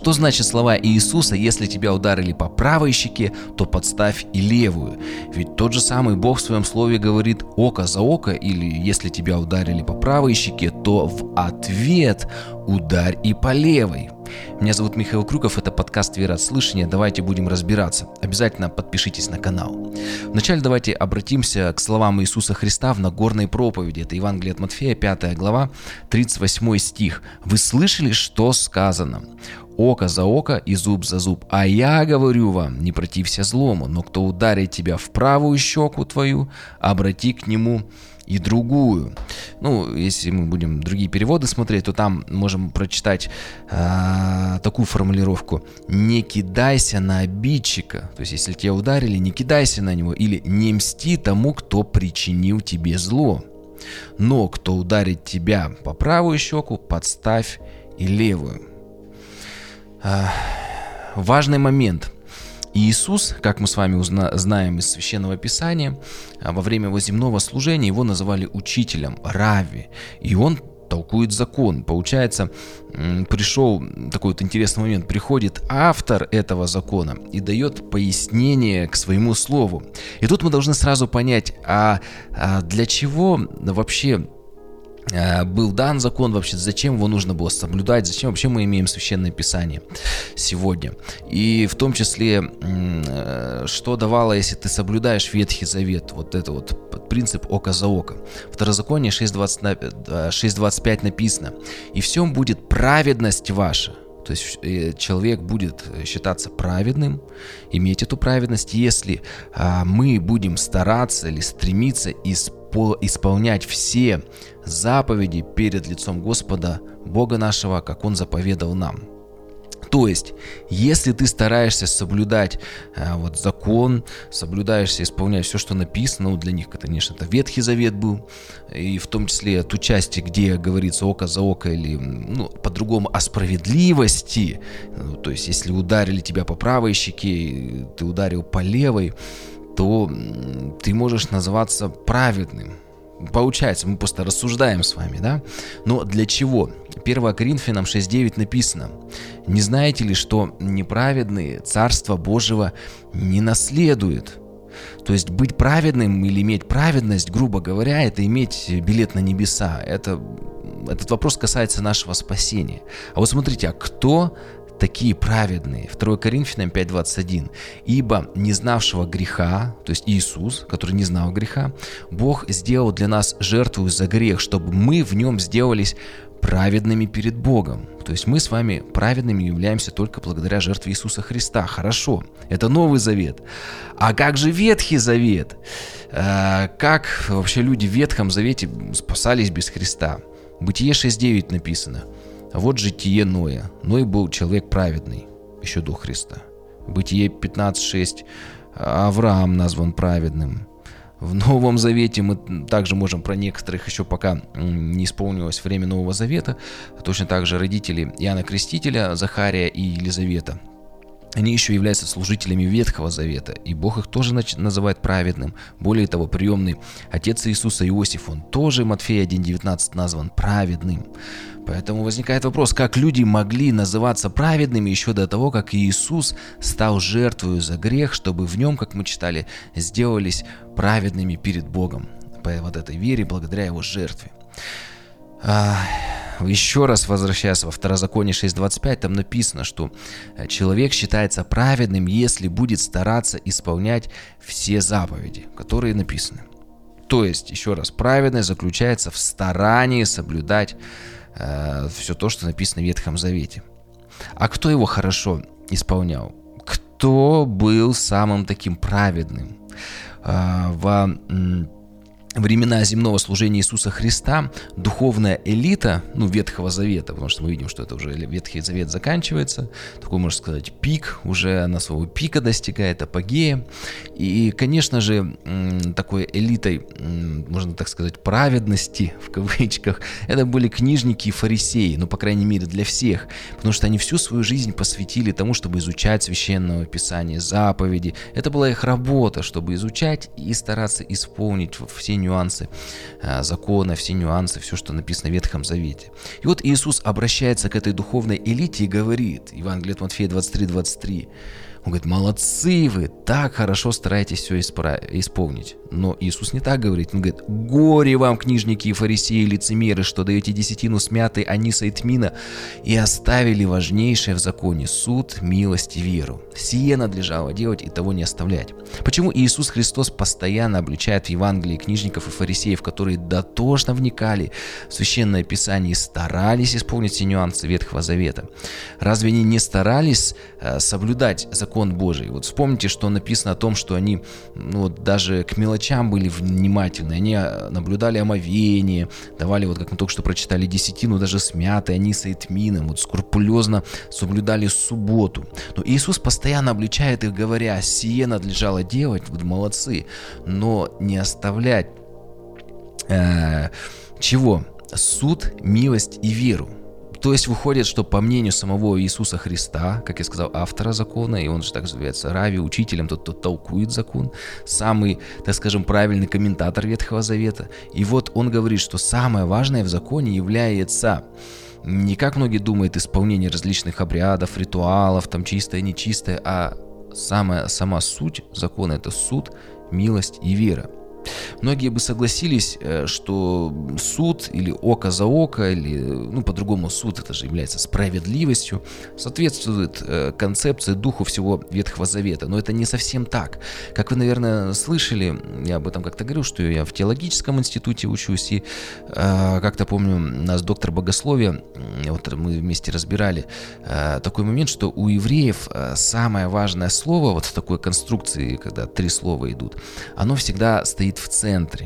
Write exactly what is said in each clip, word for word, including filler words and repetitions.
Что значит слова Иисуса: «Если тебя ударили по правой щеке, то подставь и левую»? Ведь тот же самый Бог в своем слове говорит: «Око за око», или «Если тебя ударили по правой щеке, то в ответ ударь и по левой». Меня зовут Михаил Крюков, это подкаст «Вера от слышания». Давайте будем разбираться. Обязательно подпишитесь на канал. Вначале давайте обратимся к словам Иисуса Христа в Нагорной проповеди. Это Евангелие от Матфея, пятая глава, тридцать восьмой стих. «Вы слышали, что сказано? Око за око и зуб за зуб. А я говорю вам, не протився злому, но кто ударит тебя в правую щеку твою, обрати к нему и другую». Ну, если мы будем другие переводы смотреть, то там можем прочитать э, такую формулировку: «Не кидайся на обидчика». То есть, если тебя ударили, не кидайся на него. Или «Не мсти тому, кто причинил тебе зло. Но кто ударит тебя по правую щеку, подставь и левую». Э, важный момент. Иисус, как мы с вами узна- знаем из Священного Писания, во время его земного служения его называли учителем, Равви, и он толкует закон. Получается, пришел такой вот интересный момент, приходит автор этого закона и дает пояснение к своему слову. И тут мы должны сразу понять, а, а для чего вообще был дан закон, вообще зачем его нужно было соблюдать, зачем вообще мы имеем Священное Писание сегодня. И в том числе, что давало, если ты соблюдаешь Ветхий Завет, вот это вот принцип око за око. Второзаконие шесть двадцать пять написано: «И в всем будет праведность ваша». То есть человек будет считаться праведным, иметь эту праведность, если а, мы будем стараться или стремиться исполнять исполнять все заповеди перед лицом Господа, Бога нашего, как Он заповедал нам. То есть, если ты стараешься соблюдать а, вот закон, соблюдаешься, исполнять все, что написано, ну, для них, конечно, это Ветхий Завет был, и в том числе ту часть, где говорится око за око, или, ну, по-другому, о справедливости, ну, то есть, если ударили тебя по правой щеке, ты ударил по левой, то ты можешь называться праведным. Получается, мы просто рассуждаем с вами, да? Но для чего? первое Коринфянам шесть девять написано: «Не знаете ли, что неправедные Царство Божьего не наследуют?» То есть быть праведным или иметь праведность, грубо говоря, это иметь билет на небеса. Это, этот вопрос касается нашего спасения. А вот смотрите, а кто такие праведные? второе Коринфянам пять двадцать один. «Ибо не знавшего греха», то есть Иисус, который не знал греха, Бог сделал для нас жертву за грех, чтобы мы в нем сделались праведными перед Богом». То есть мы с вами праведными являемся только благодаря жертве Иисуса Христа. Хорошо, это Новый Завет. А как же Ветхий Завет? А, как вообще люди в Ветхом Завете спасались без Христа? Бытие шесть девять написано: «Вот житие Ноя. Ной был человек праведный, еще до Христа». Бытие пятнадцать шесть. Авраам назван праведным. В Новом Завете мы также можем про некоторых, еще пока не исполнилось время Нового Завета, точно так же родители Иоанна Крестителя, Захария и Елизавета. Они еще являются служителями Ветхого Завета, и Бог их тоже называет праведным. Более того, приемный отец Иисуса Иосиф, он тоже, Матфея один девятнадцать, назван праведным. Поэтому возникает вопрос, как люди могли называться праведными еще до того, как Иисус стал жертвой за грех, чтобы в нем, как мы читали, сделались праведными перед Богом по вот этой вере, благодаря его жертве. Еще раз возвращаясь во Второзаконие шесть двадцать пять, там написано, что человек считается праведным, если будет стараться исполнять все заповеди, которые написаны. То есть, еще раз, праведность заключается в старании соблюдать э, все то, что написано в Ветхом Завете. А кто его хорошо исполнял? Кто был самым таким праведным? Э, в времена земного служения Иисуса Христа духовная элита, ну, Ветхого Завета, потому что мы видим, что это уже Ветхий Завет заканчивается, такой, можно сказать, пик, уже она своего пика достигает, апогея. И, конечно же, такой элитой, можно так сказать, праведности, в кавычках, это были книжники и фарисеи, ну, по крайней мере, для всех, потому что они всю свою жизнь посвятили тому, чтобы изучать Священное Писание, заповеди. Это была их работа, чтобы изучать и стараться исполнить все нюансы э, закона, все нюансы, все, что написано в Ветхом Завете. И вот Иисус обращается к этой духовной элите и говорит, Евангелие от Матфея двадцать три двадцать три, Он говорит: молодцы вы, так хорошо стараетесь все испра- исполнить. Но Иисус не так говорит. Он говорит: горе вам, книжники и фарисеи, лицемеры, что даете десятину с мяты, аниса и тмина, и оставили важнейшее в законе — суд, милость и веру. Сие надлежало делать и того не оставлять. Почему Иисус Христос постоянно обличает в Евангелии книжников и фарисеев, которые дотошно вникали в Священное Писание и старались исполнить все нюансы Ветхого Завета? Разве они не старались э, соблюдать закон Божий? Вот вспомните, что написано о том, что они ну, вот даже к мелочам были внимательны. Они наблюдали омовение, давали, вот как мы только что прочитали, десятину даже с мятой, анисой и тмином, вот скрупулезно соблюдали субботу. Но Иисус постоянно обличает их, говоря: сие надлежало делать, вот молодцы, но не оставлять э, чего? Суд, милость и веру. То есть выходит, что по мнению самого Иисуса Христа, как я сказал, автора закона, и он же так называется Рави, учителем, тот, кто толкует закон, самый, так скажем, правильный комментатор Ветхого Завета. И вот он говорит, что самое важное в законе является не, как многие думают, исполнение различных обрядов, ритуалов, там чистое, нечистое, а самая, сама суть закона — это суд, милость и вера. Многие бы согласились, что суд или око за око, или, ну, по-другому, суд — это же является справедливостью, соответствует концепции, духу всего Ветхого Завета. Но это не совсем так. Как вы, наверное, слышали, я об этом как-то говорил, что я в теологическом институте учусь, и э, как-то помню, нас доктор богословия, вот мы вместе разбирали э, такой момент, что у евреев самое важное слово вот в такой конструкции, когда три слова идут, оно всегда стоит в центре.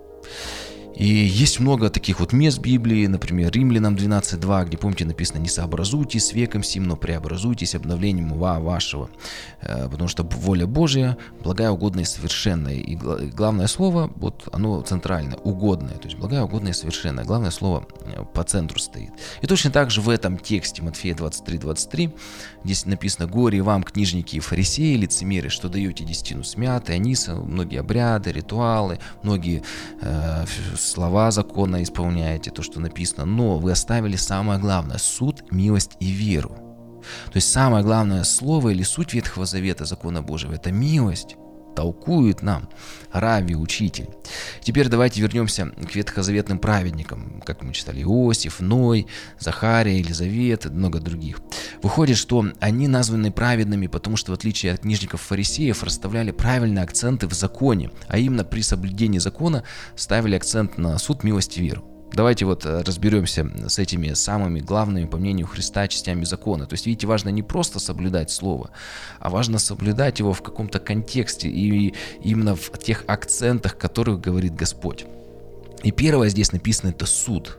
И есть много таких вот мест в Библии, например, Римлянам двенадцать два, где, помните, написано: «Не сообразуйтесь с веком сим, но преобразуйтесь обновлением ума вашего». Потому что воля Божья благая, угодная и совершенная. И главное слово, вот оно центральное, угодное. То есть благая, угодная и совершенная. Главное слово по центру стоит. И точно так же в этом тексте Матфея двадцать три двадцать три, здесь написано: «Горе вам, книжники и фарисеи, лицемеры, что даете десятину с мятой, аниса», многие обряды, ритуалы, многие э, слова закона исполняете, то, что написано, но вы оставили самое главное — суд, милость и веру. То есть самое главное слово или суть Ветхого Завета, закона Божьего — это милость. Толкует нам Рави, учитель. Теперь давайте вернемся к ветхозаветным праведникам, как мы читали: Иосиф, Ной, Захария, Елизавета и много других. Выходит, что они названы праведными, потому что в отличие от книжников и фарисеев расставляли правильные акценты в законе, а именно при соблюдении закона ставили акцент на суд, милость и веру. Давайте вот разберемся с этими самыми главными, по мнению Христа, частями закона. То есть, видите, важно не просто соблюдать слово, а важно соблюдать его в каком-то контексте и именно в тех акцентах, которых говорит Господь. И первое здесь написано — это суд.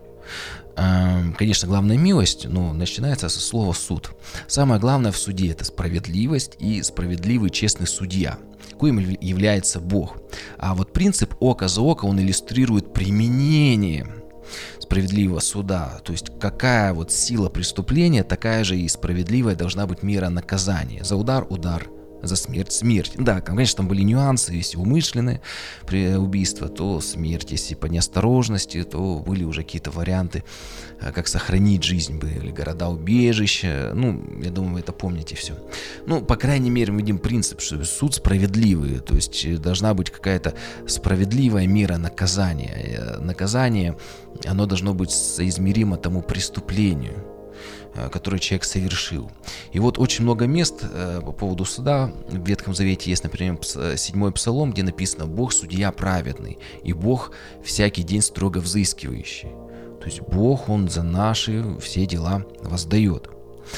Конечно, главная милость, но начинается со слова «суд». Самое главное в суде — это справедливость и справедливый, честный судья, коим является Бог. А вот принцип око за око, он иллюстрирует применение справедливого суда. То есть какая вот сила преступления, такая же и справедливая должна быть мера наказания. За удар — удар, за смерть — смерть. Да, конечно, там были нюансы, если умышленное убийство, то смерть, если по неосторожности, то были уже какие-то варианты, как сохранить жизнь, были города-убежища. Ну, я думаю, вы это помните все. Ну, по крайней мере, мы видим принцип, что суд справедливый, то есть должна быть какая-то справедливая мера наказания. Наказание, оно должно быть соизмеримо тому преступлению, который человек совершил. И вот очень много мест э, по поводу суда в Ветхом Завете есть, например, седьмой Псалом, где написано: «Бог судья праведный, и Бог всякий день строго взыскивающий». То есть Бог, Он за наши все дела воздает.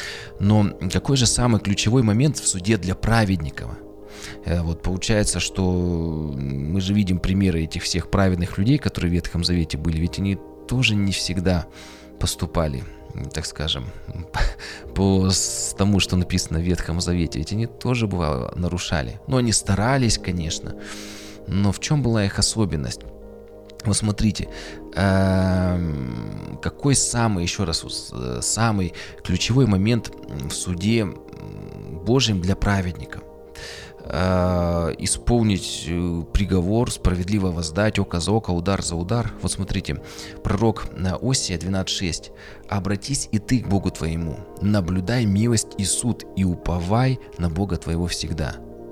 Но какой же самый ключевой момент в суде для праведника? Э, вот получается, что мы же видим примеры этих всех праведных людей, которые в Ветхом Завете были, ведь они тоже не всегда поступали, так скажем, по тому, что написано в Ветхом Завете. Ведь они тоже, бывало, нарушали. Но они старались, конечно. Но в чем была их особенность? Вот смотрите, какой самый, еще раз, самый ключевой момент в суде Божьем для праведника? э, исполнить э, приговор, справедливо воздать, око за око, удар за удар. Вот смотрите, пророк Осия двенадцать шесть. «Обратись и ты к Богу твоему, наблюдай милость и суд, и уповай на Бога твоего всегда».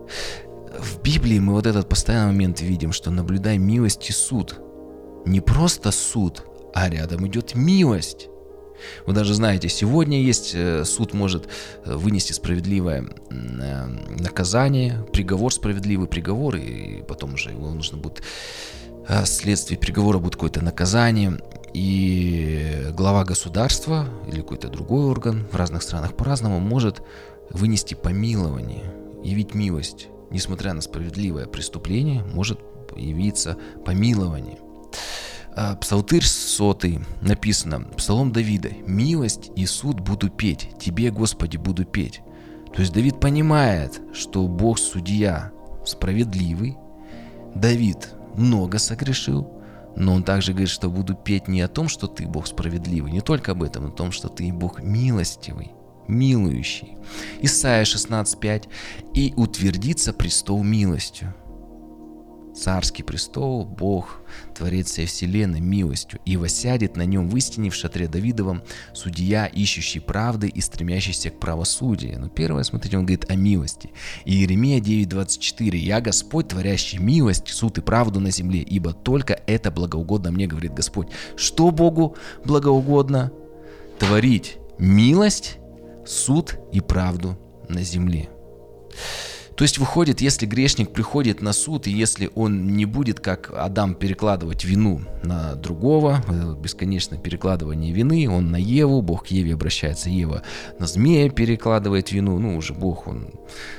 В Библии мы вот этот постоянный момент видим, что наблюдай милость и суд. Не просто суд, а рядом идет милость. Вы даже знаете, сегодня есть, суд может вынести справедливое наказание, приговор, справедливый приговор, и потом уже его нужно будет, вследствие приговора будет какое-то наказание, и глава государства или какой-то другой орган в разных странах по-разному может вынести помилование, явить милость. Несмотря на справедливое преступление, может явиться помилование. Псалтырь сотый написано, Псалом Давида: «Милость и суд буду петь, Тебе, Господи, буду петь». То есть Давид понимает, что Бог судья справедливый. Давид много согрешил, но он также говорит, что буду петь не о том, что Ты, Бог справедливый, не только об этом, но о том, что Ты, Бог милостивый, милующий. Исайя шестнадцать пять. «И утвердится престол милостью». Царский престол, Бог, Творец всей вселенной, милостью, и воссядет на нем в истине в шатре Давидовом судья, ищущий правды и стремящийся к правосудию. Но первое, смотрите, он говорит о милости. И Иеремия девять двадцать четыре. «Я Господь, творящий милость, суд и правду на земле, ибо только это благоугодно мне, говорит Господь». Что Богу благоугодно? Творить милость, суд и правду на земле. То есть выходит, если грешник приходит на суд, и если он не будет, как Адам, перекладывать вину на другого, бесконечное перекладывание вины, он на Еву, Бог к Еве обращается, Ева на змея перекладывает вину, ну уже Бог, он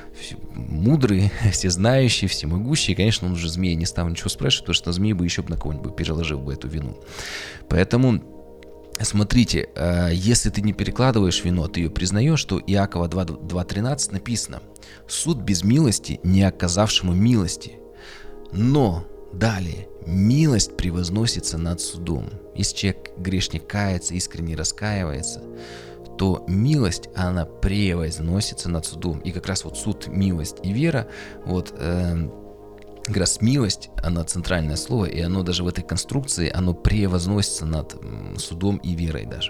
мудрый, всезнающий, всемогущий, и, конечно, он уже змея не стал ничего спрашивать, потому что змей бы еще на кого-нибудь переложил бы эту вину. Поэтому смотрите, если ты не перекладываешь вину, а ты ее признаешь, то Иакова два тринадцать написано: «Суд без милости, не оказавшему милости». Но далее, милость превозносится над судом. Если человек, грешник, кается, искренне раскаивается, то милость, она превозносится над судом. И как раз вот суд, милость и вера, вот э, как раз милость, она центральное слово, и оно даже в этой конструкции, оно превозносится над судом и верой даже.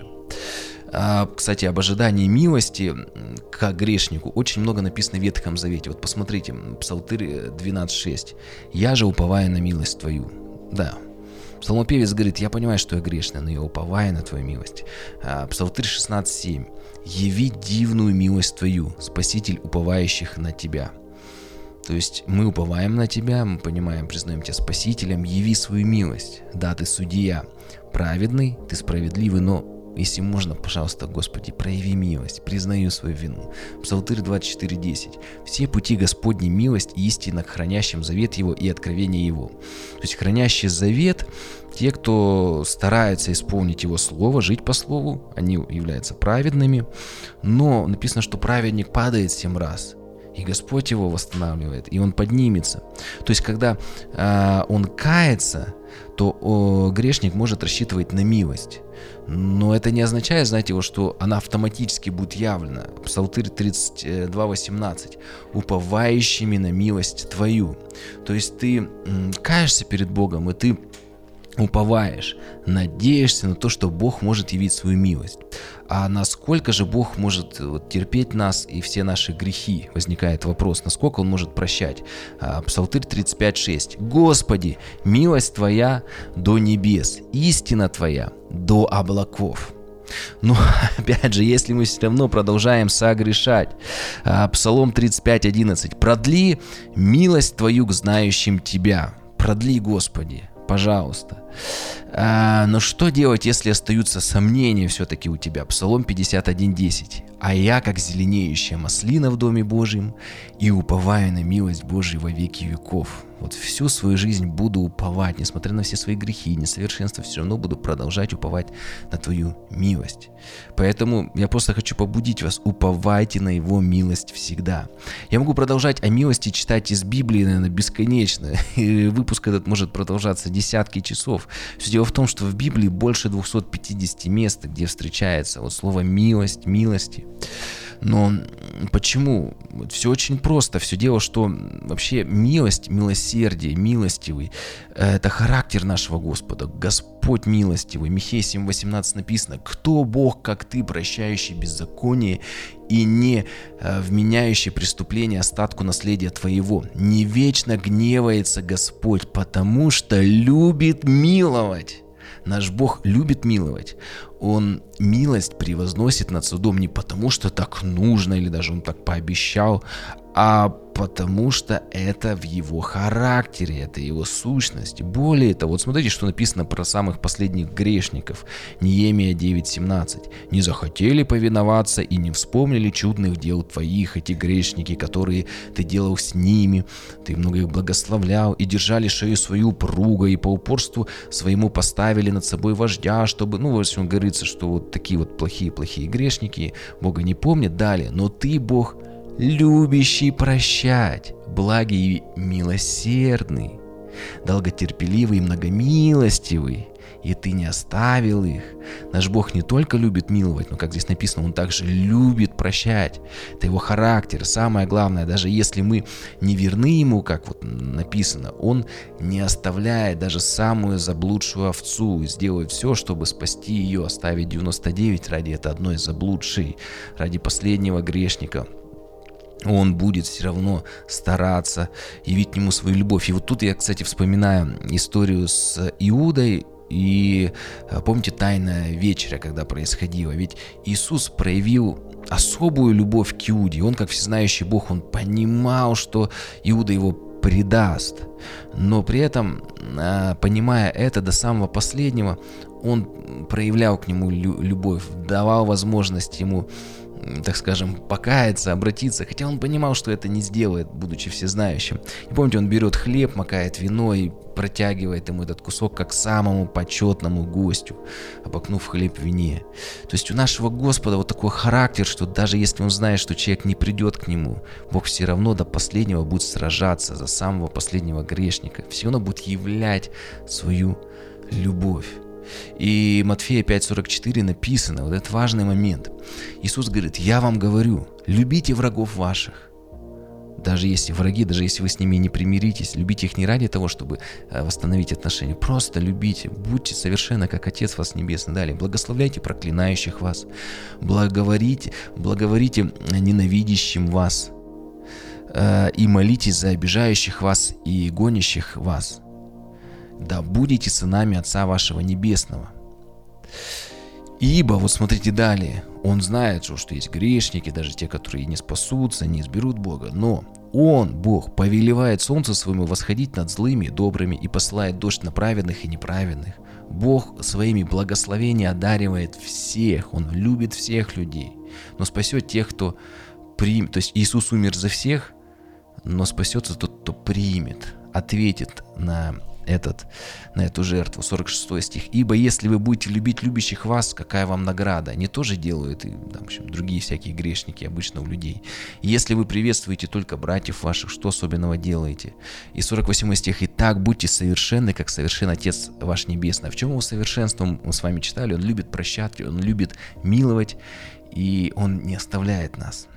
А, кстати, об ожидании милости к грешнику очень много написано в Ветхом Завете. Вот посмотрите, Псалтырь двенадцать шесть. «Я же уповаю на милость Твою». Да, псалмопевец говорит: «Я понимаю, что я грешный, но я уповаю на Твою милость». А, Псалтырь шестнадцать семь. «Яви дивную милость Твою, Спаситель уповающих на Тебя». То есть мы уповаем на Тебя, мы понимаем, признаем Тебя Спасителем, яви свою милость. Да, Ты судья праведный, Ты справедливый, но если можно, пожалуйста, Господи, прояви милость, признаю свою вину. Псалтырь двадцать четыре десять. «Все пути Господни милость и истина к хранящим завет Его и откровение Его». То есть хранящий завет, те, кто старается исполнить Его слово, жить по слову, они являются праведными, но написано, что праведник падает семь раз. И Господь его восстанавливает, и он поднимется. То есть, когда э, он кается, то о, грешник может рассчитывать на милость. Но это не означает, знаете, вот, что она автоматически будет явлена. Псалтырь тридцать два восемнадцать. «Уповающими на милость Твою». То есть ты м, каешься перед Богом, и ты уповаешь, надеешься на то, что Бог может явить свою милость. А насколько же Бог может вот, терпеть нас и все наши грехи? Возникает вопрос, насколько Он может прощать. А, Псалтырь тридцать пять шесть. «Господи, милость Твоя до небес, истина Твоя до облаков». Но, опять же, если мы все равно продолжаем согрешать, а, Псалом тридцать пять одиннадцать. «Продли милость Твою к знающим Тебя». Продли, Господи, пожалуйста. А, но что делать, если остаются сомнения все-таки у тебя? Псалом пятьдесят один десять. «А я, как зеленеющая маслина в Доме Божьем, и уповаю на милость Божию во веки веков». Вот всю свою жизнь буду уповать, несмотря на все свои грехи и несовершенства, все равно буду продолжать уповать на Твою милость. Поэтому я просто хочу побудить вас: уповайте на Его милость всегда. Я могу продолжать о милости читать из Библии, наверное, бесконечно. И выпуск этот может продолжаться десятки часов. Все дело в том, что в Библии больше двухсот пятидесяти мест, где встречается вот слово «милость», «милости». Но почему? Все очень просто. Все дело, что вообще милость, милосердие, милостивый – это характер нашего Господа. Господь милостивый. Михея семь восемнадцать написано: «Кто Бог, как ты, прощающий беззаконие и не э, вменяющий преступление остатку наследия твоего? Не вечно гневается Господь, потому что любит миловать». Наш Бог любит миловать. Он милость превозносит над судом не потому, что так нужно или даже он так пообещал, а потому что это в его характере, это его сущность. Более того, вот смотрите, что написано про самых последних грешников. Неемия девять семнадцать. «Не захотели повиноваться и не вспомнили чудных дел твоих, эти грешники, которые ты делал с ними. Ты много их благословлял, и держали шею свою упруго, и по упорству своему поставили над собой вождя, чтобы...» Ну, в общем, говорится, что вот такие вот плохие-плохие грешники Бога не помнят. Далее. «Но ты, Бог, любящий прощать, благий и милосердный, долготерпеливый и многомилостивый, и ты не оставил их». Наш Бог не только любит миловать, но, как здесь написано, Он также любит прощать. Это Его характер. Самое главное, даже если мы не верны Ему, как вот написано, Он не оставляет даже самую заблудшую овцу и сделает все, чтобы спасти ее, оставить девяносто девять ради этой одной заблудшей, ради последнего грешника. Он будет все равно стараться явить к нему свою любовь. И вот тут я, кстати, вспоминаю историю с Иудой. И помните, тайная вечеря, когда происходила? Ведь Иисус проявил особую любовь к Иуде. Он, как всезнающий Бог, он понимал, что Иуда его предаст. Но при этом, понимая это до самого последнего, он проявлял к нему любовь, давал возможность ему, так скажем, покаяться, обратиться, хотя он понимал, что это не сделает, будучи всезнающим. И помните, он берет хлеб, макает вино и протягивает ему этот кусок как самому почетному гостю, обокнув хлеб в вине. То есть у нашего Господа вот такой характер, что даже если он знает, что человек не придет к нему, Бог все равно до последнего будет сражаться за самого последнего грешника, все равно будет являть свою любовь. И Матфея пять сорок четыре написано, вот этот важный момент. Иисус говорит: «Я вам говорю, любите врагов ваших». Даже если враги, даже если вы с ними не примиритесь, любите их не ради того, чтобы восстановить отношения. Просто любите, будьте совершенны, как Отец вас Небесный. Далее, благословляйте проклинающих вас, благоворите, благоворите ненавидящим вас, и молитесь за обижающих вас и гонящих вас. Да будете сынами Отца вашего Небесного. Ибо, вот смотрите далее, Он знает, что есть грешники, даже те, которые не спасутся, не изберут Бога, но Он, Бог, повелевает солнцу своему восходить над злыми и добрыми и посылает дождь на праведных и неправедных. Бог своими благословениями одаривает всех, Он любит всех людей, но спасет тех, кто примет. То есть Иисус умер за всех, но спасется тот, кто примет, ответит на этот, на эту жертву. сорок шестой стих. «Ибо если вы будете любить любящих вас, какая вам награда?» Они тоже делают, и там, в общем, другие всякие грешники обычно у людей. «Если вы приветствуете только братьев ваших, что особенного делаете?» И сорок восьмой стих. «Итак, будьте совершенны, как совершен Отец ваш Небесный». А в чем его совершенство? Мы с вами читали. Он любит прощать, Он любит миловать, и Он не оставляет нас.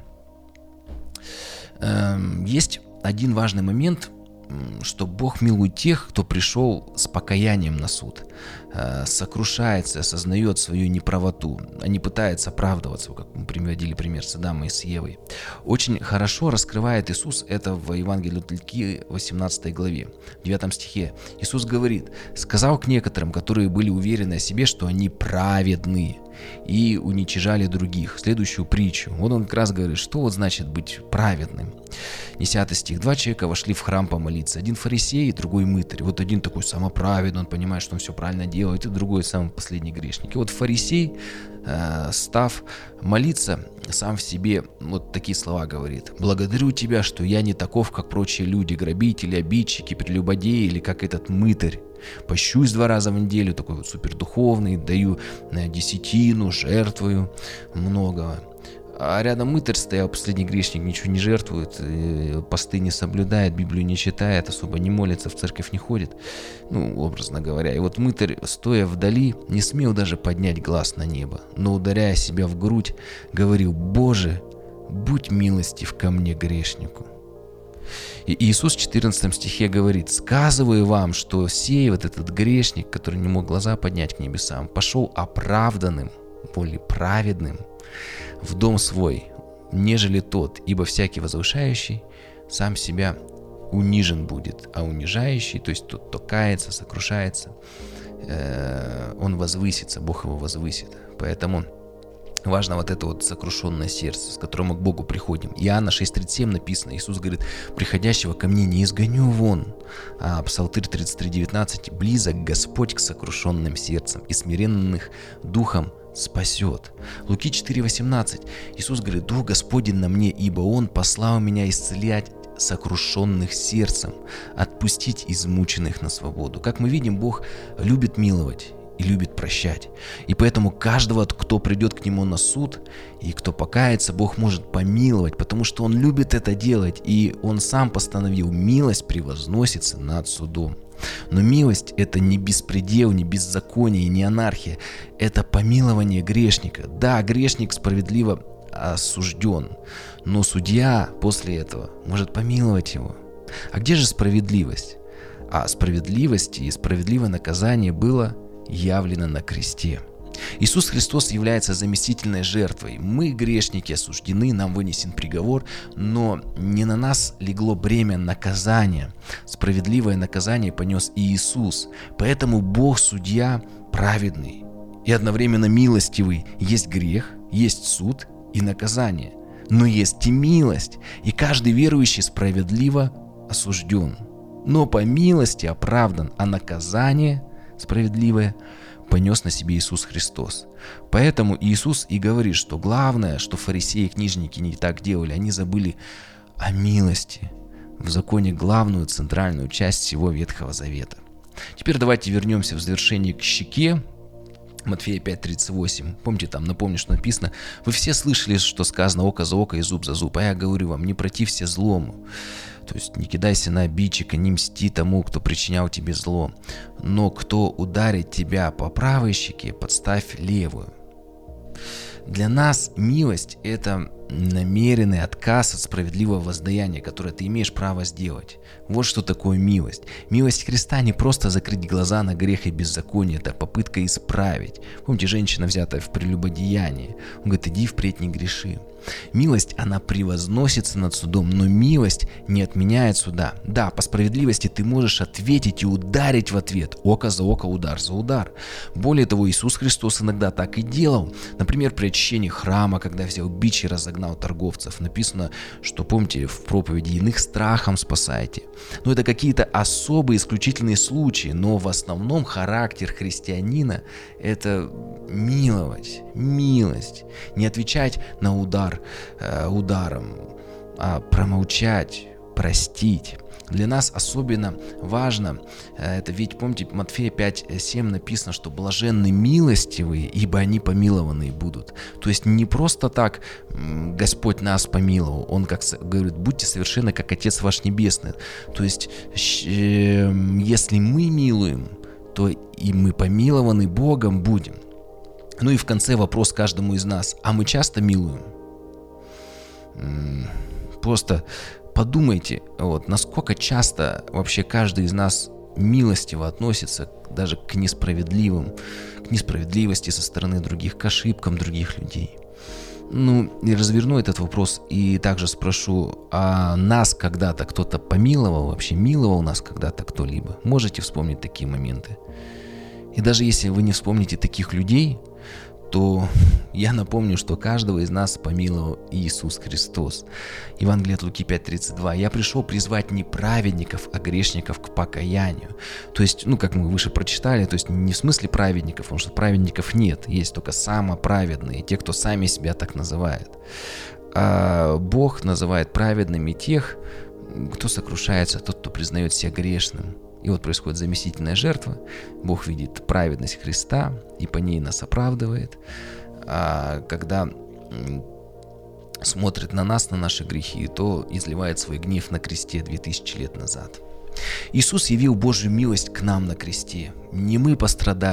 Есть один важный момент, что Бог милует тех, кто пришел с покаянием на суд, сокрушается, осознает свою неправоту, а не пытается оправдываться, как мы приводили пример с Адамом и с Евой. Очень хорошо раскрывает Иисус это в Евангелии от Луки восемнадцатой главе, в девятом стихе. Иисус говорит: «Сказал к некоторым, которые были уверены о себе, что они праведны, и уничижали других». Следующую притчу. Вот он как раз говорит, что вот значит быть праведным. десятый стих. «Два человека вошли в храм помолиться. Один фарисей и другой мытарь». Вот один такой самоправедный, он понимает, что он все правильно делает, и другой самый последний грешник. И вот фарисей, э, став молиться, сам в себе вот такие слова говорит: «Благодарю тебя, что я не таков, как прочие люди, грабители, обидчики, прелюбодеи или как этот мытарь. Пощусь два раза в неделю, такой вот супердуховный, даю десятину, жертвую много». А рядом мытарь стоял, последний грешник, ничего не жертвует, посты не соблюдает, Библию не читает, особо не молится, в церковь не ходит, ну, образно говоря. И вот мытарь, стоя вдали, не смел даже поднять глаз на небо, но, ударяя себя в грудь, говорил: «Боже, будь милостив ко мне, грешнику. И Иисус в четырнадцатом стихе говорит: сказываю вам, что сей вот этот грешник, который не мог глаза поднять к небесам, пошел оправданным, более праведным в дом свой, нежели тот, ибо всякий возвышающий сам себя унижен будет, а унижающий, то есть тот, кто кается, сокрушается, э, он возвысится, Бог его возвысит. Поэтому важно вот это вот сокрушенное сердце, с которым мы к Богу приходим. Иоанна шесть тридцать семь написано, Иисус говорит: приходящего ко мне не изгоню вон. А Псалтырь тридцать три девятнадцать: близок Господь к сокрушенным сердцем и смиренных духом спасет. Луки четыре восемнадцать, Иисус говорит: Дух Господень на мне, ибо Он послал меня исцелять сокрушенных сердцем, отпустить измученных на свободу. Как мы видим, Бог любит миловать и любит прощать. И поэтому каждого, кто придет к Нему на суд и кто покается, Бог может помиловать, потому что Он любит это делать, и Он сам постановил: милость превозносится над судом. Но милость — это не беспредел, не беззаконие, не анархия. Это помилование грешника. Да, грешник справедливо осужден, но судья после этого может помиловать его. А где же справедливость? А справедливость и справедливое наказание было явлено на кресте. Иисус Христос является заместительной жертвой. Мы, грешники, осуждены, нам вынесен приговор, но не на нас легло бремя наказания. Справедливое наказание понес и Иисус. Поэтому Бог судья праведный и одновременно милостивый. Есть грех, есть суд и наказание, но есть и милость, и каждый верующий справедливо осужден, но по милости оправдан, а наказание справедливое понес на себе Иисус Христос. Поэтому Иисус и говорит, что главное, что фарисеи и книжники не так делали, они забыли о милости. В законе главную центральную часть всего Ветхого Завета. Теперь давайте вернемся в завершение к щеке. Матфея пять тридцать восемь. Помните, там, напомню, что написано: вы все слышали, что сказано око за око и зуб за зуб, а я говорю вам, не протився злому. То есть не кидайся на обидчика, не мсти тому, кто причинял тебе зло. Но кто ударит тебя по правой щеке, подставь левую. Для нас милость – это намеренный отказ от справедливого воздаяния, которое ты имеешь право сделать. Вот что такое милость. Милость Христа не просто закрыть глаза на грех и беззаконие, это попытка исправить. Помните, женщина, взятая в прелюбодеянии, он говорит: иди впредь не греши. Милость, она превозносится над судом, но милость не отменяет суда. Да, по справедливости ты можешь ответить и ударить в ответ. Око за око, удар за удар. Более того, Иисус Христос иногда так и делал. Например, при очищении храма, когда взял бич и разогнал торговцев. Написано, что, помните, в проповеди: иных страхом спасайте. Но это какие-то особые, исключительные случаи. Но в основном характер христианина – это миловать, милость. Не отвечать на удар э, ударом, а промолчать, простить. Для нас особенно важно э, это, ведь помните, Матфея пять семь написано, что блаженны милостивые, ибо они помилованные будут. То есть не просто так м, Господь нас помиловал, Он как говорит: будьте совершенны, как Отец ваш Небесный. То есть э, если мы милуем, то и мы помилованы Богом будем. Ну и в конце вопрос каждому из нас: а мы часто милуем? Просто подумайте, вот, насколько часто вообще каждый из нас милостиво относится даже к несправедливым, к несправедливости со стороны других, к ошибкам других людей. Ну, и разверну этот вопрос и также спрошу: а нас когда-то кто-то помиловал, вообще миловал нас когда-то кто-либо? Можете вспомнить такие моменты? И даже если вы не вспомните таких людей, то я напомню, что каждого из нас помиловал Иисус Христос. Евангелие от Луки пять тридцать два. «Я пришел призвать не праведников, а грешников к покаянию». То есть, ну, как мы выше прочитали, то есть не в смысле праведников, потому что праведников нет, есть только самоправедные, те, кто сами себя так называют. А Бог называет праведными тех, кто сокрушается, тот, кто признает себя грешным. И вот происходит заместительная жертва. Бог видит праведность Христа и по ней нас оправдывает. А когда смотрит на нас, на наши грехи, то изливает свой гнев на кресте две тысячи лет назад. Иисус явил Божью милость к нам на кресте. Не мы пострадали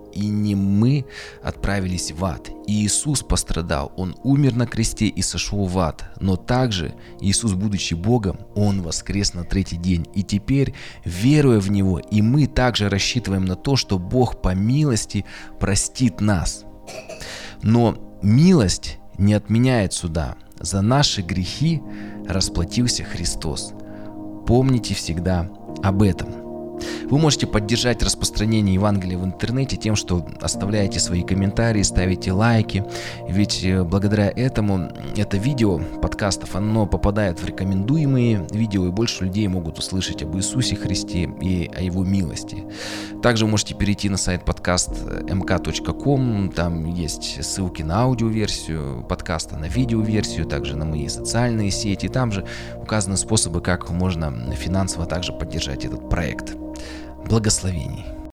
И не мы отправились в ад. Иисус пострадал, Он умер на кресте и сошел в ад. Но также Иисус, будучи Богом, Он воскрес на третий день. И теперь, веруя в Него, и мы также рассчитываем на то, что Бог по милости простит нас. Но милость не отменяет суда. За наши грехи расплатился Христос. Помните всегда об этом. Вы можете поддержать распространение Евангелия в интернете тем, что оставляете свои комментарии, ставите лайки. Ведь благодаря этому это видео подкастов, оно попадает в рекомендуемые видео, и больше людей могут услышать об Иисусе Христе и о Его милости. Также вы можете перейти на сайт подкаст эм ка точка ком. Там есть ссылки на аудиоверсию подкаста, на видеоверсию, также на мои социальные сети. Там же указаны способы, как можно финансово также поддержать этот проект. Благословений.